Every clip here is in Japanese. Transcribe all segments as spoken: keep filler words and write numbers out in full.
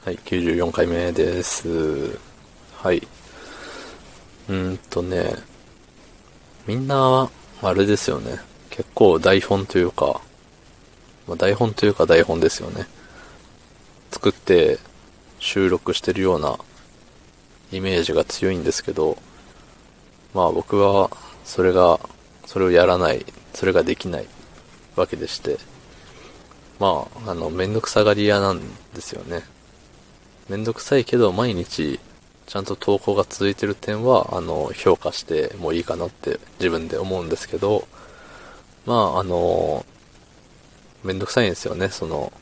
はい、きゅうじゅうよんかいめです。はい。うーんとね、みんな、あれですよね。結構台本というか、まあ、台本というか台本ですよね。作って収録してるようなイメージが強いんですけど、まあ僕はそれが、それをやらない、それができないわけでして、まあ、あの、めんどくさがり屋なんですよね。めんどくさいけど毎日ちゃんと投稿が続いてる点は、あの、評価してもいいかなって自分で思うんですけど、まあ、あの、めんどくさいんですよね、その、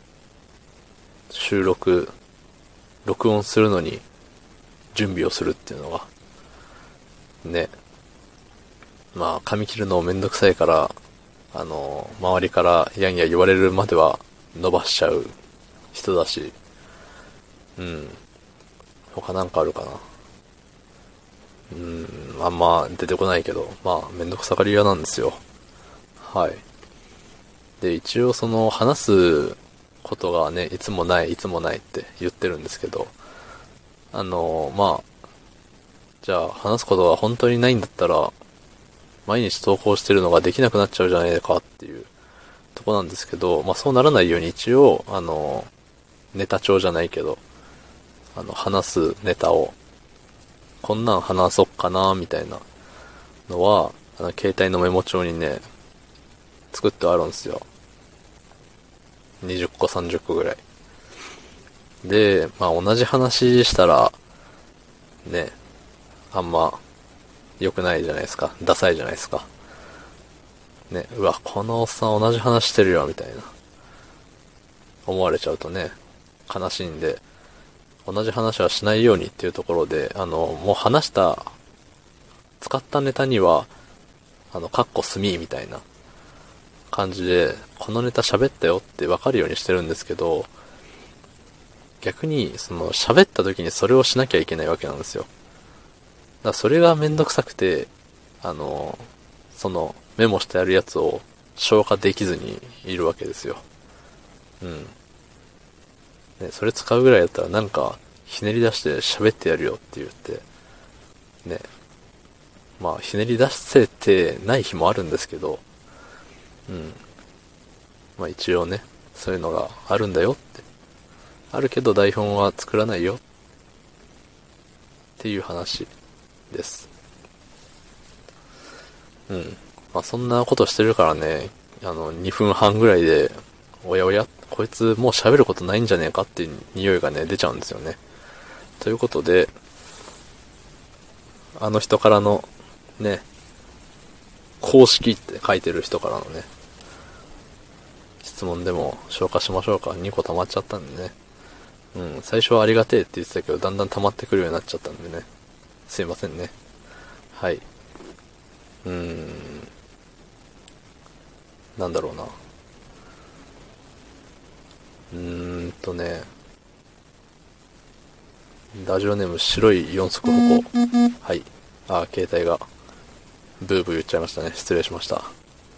収録、録音するのに準備をするっていうのが。ね。まあ、髪切るのめんどくさいから、あの、周りからやんや言われるまでは伸ばしちゃう人だし、うん。他なんかあるかな。うん、あんま出てこないけど、まあ、めんどくさがり屋なんですよ。はい。で、一応その話すことがね、いつもない、いつもないって言ってるんですけど、あの、まあ、じゃあ話すことが本当にないんだったら、毎日投稿してるのができなくなっちゃうじゃないかっていうとこなんですけど、まあそうならないように一応、あの、ネタ帳じゃないけど、あの、話すネタを、こんなん話そっかな、みたいなのは、あの、携帯のメモ帳にね、作ってあるんですよ。にじゅっこ、さんじゅっこぐらい。で、まあ同じ話したら、ね、あんま良くないじゃないですか。ダサいじゃないですか。ね、うわ、このおっさん同じ話してるよ、みたいな。思われちゃうとね、悲しいんで、同じ話はしないようにっていうところで、あの、もう話した、使ったネタには、あの、カッコ済みみたいな感じで、このネタ喋ったよってわかるようにしてるんですけど、逆に、その、喋った時にそれをしなきゃいけないわけなんですよ。だからそれがめんどくさくて、あの、その、メモしてあるやつを消化できずにいるわけですよ。うん。ね、それ使うぐらいだったらなんか、ひねり出して喋ってやるよって言って、ね、まあ、ひねり出せてない日もあるんですけど、うん。まあ一応ね、そういうのがあるんだよって。あるけど台本は作らないよっていう話です。うん。まあそんなことしてるからね、あの、にふんはんぐらいで、おやおや、こいつもう喋ることないんじゃねえかっていう匂いがね、出ちゃうんですよね。ということで、あの人からの、ね、公式って書いてる人からのね、質問でも消化しましょうか。にこ溜まっちゃったんでね。うん、最初はありがてえって言ってたけど、だんだん溜まってくるようになっちゃったんでね。すいませんね。はい。うーん、なんだろうな。うーんとね、ラジオネーム白い四足歩行。はい。あ、携帯がブーブー言っちゃいましたね。失礼しました。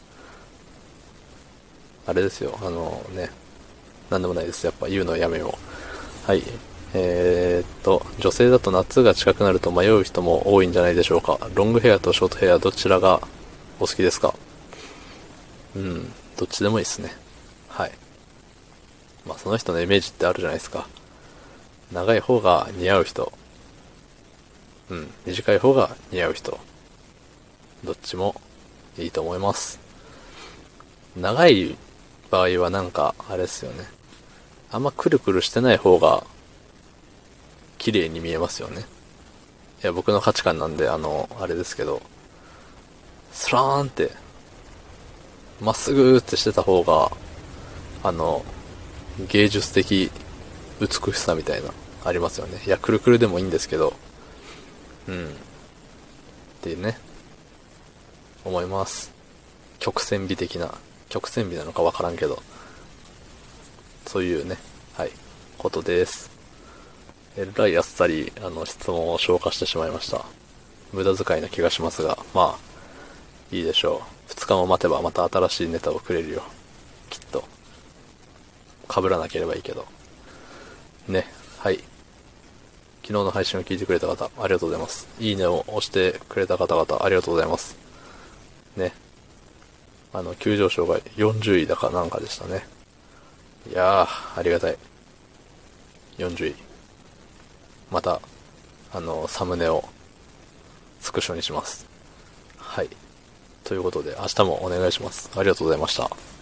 あれですよ。あのね、なんでもないです。やっぱ言うのはやめよう。はい。えー、っと、女性だと夏が近くなると迷う人も多いんじゃないでしょうか。ロングヘアとショートヘアどちらがお好きですか？うん、どっちでもいいですね。はい。まあその人のイメージってあるじゃないですか。長い方が似合う人。うん、短い方が似合う人。どっちもいいと思います。長い場合はなんか、あれですよね。あんまくるくるしてない方が綺麗に見えますよね。いや、僕の価値観なんで、あの、あれですけど、スラーンって、まっすぐってしてた方が、あの、芸術的美しさみたいな、ありますよね。いや、くるくるでもいいんですけど、うん。っていうね、思います。曲線美的な、曲線美なのかわからんけど、そういうね、はい、ことです。えらいあっさり、あの、質問を消化してしまいました。無駄遣いな気がしますが、まあ、いいでしょう。二日も待てばまた新しいネタをくれるよ。きっと。被らなければいいけど。 ね、はい。昨日の配信を聞いてくれた方、ありがとうございます。いいねを押してくれた方々、ありがとうございます。ね。あの、急上昇がよんじゅういだかなんかでしたね。いやー、ありがたい。よんじゅうい。また、あの、サムネをスクショにします。はい。ということで、明日もお願いします。ありがとうございました。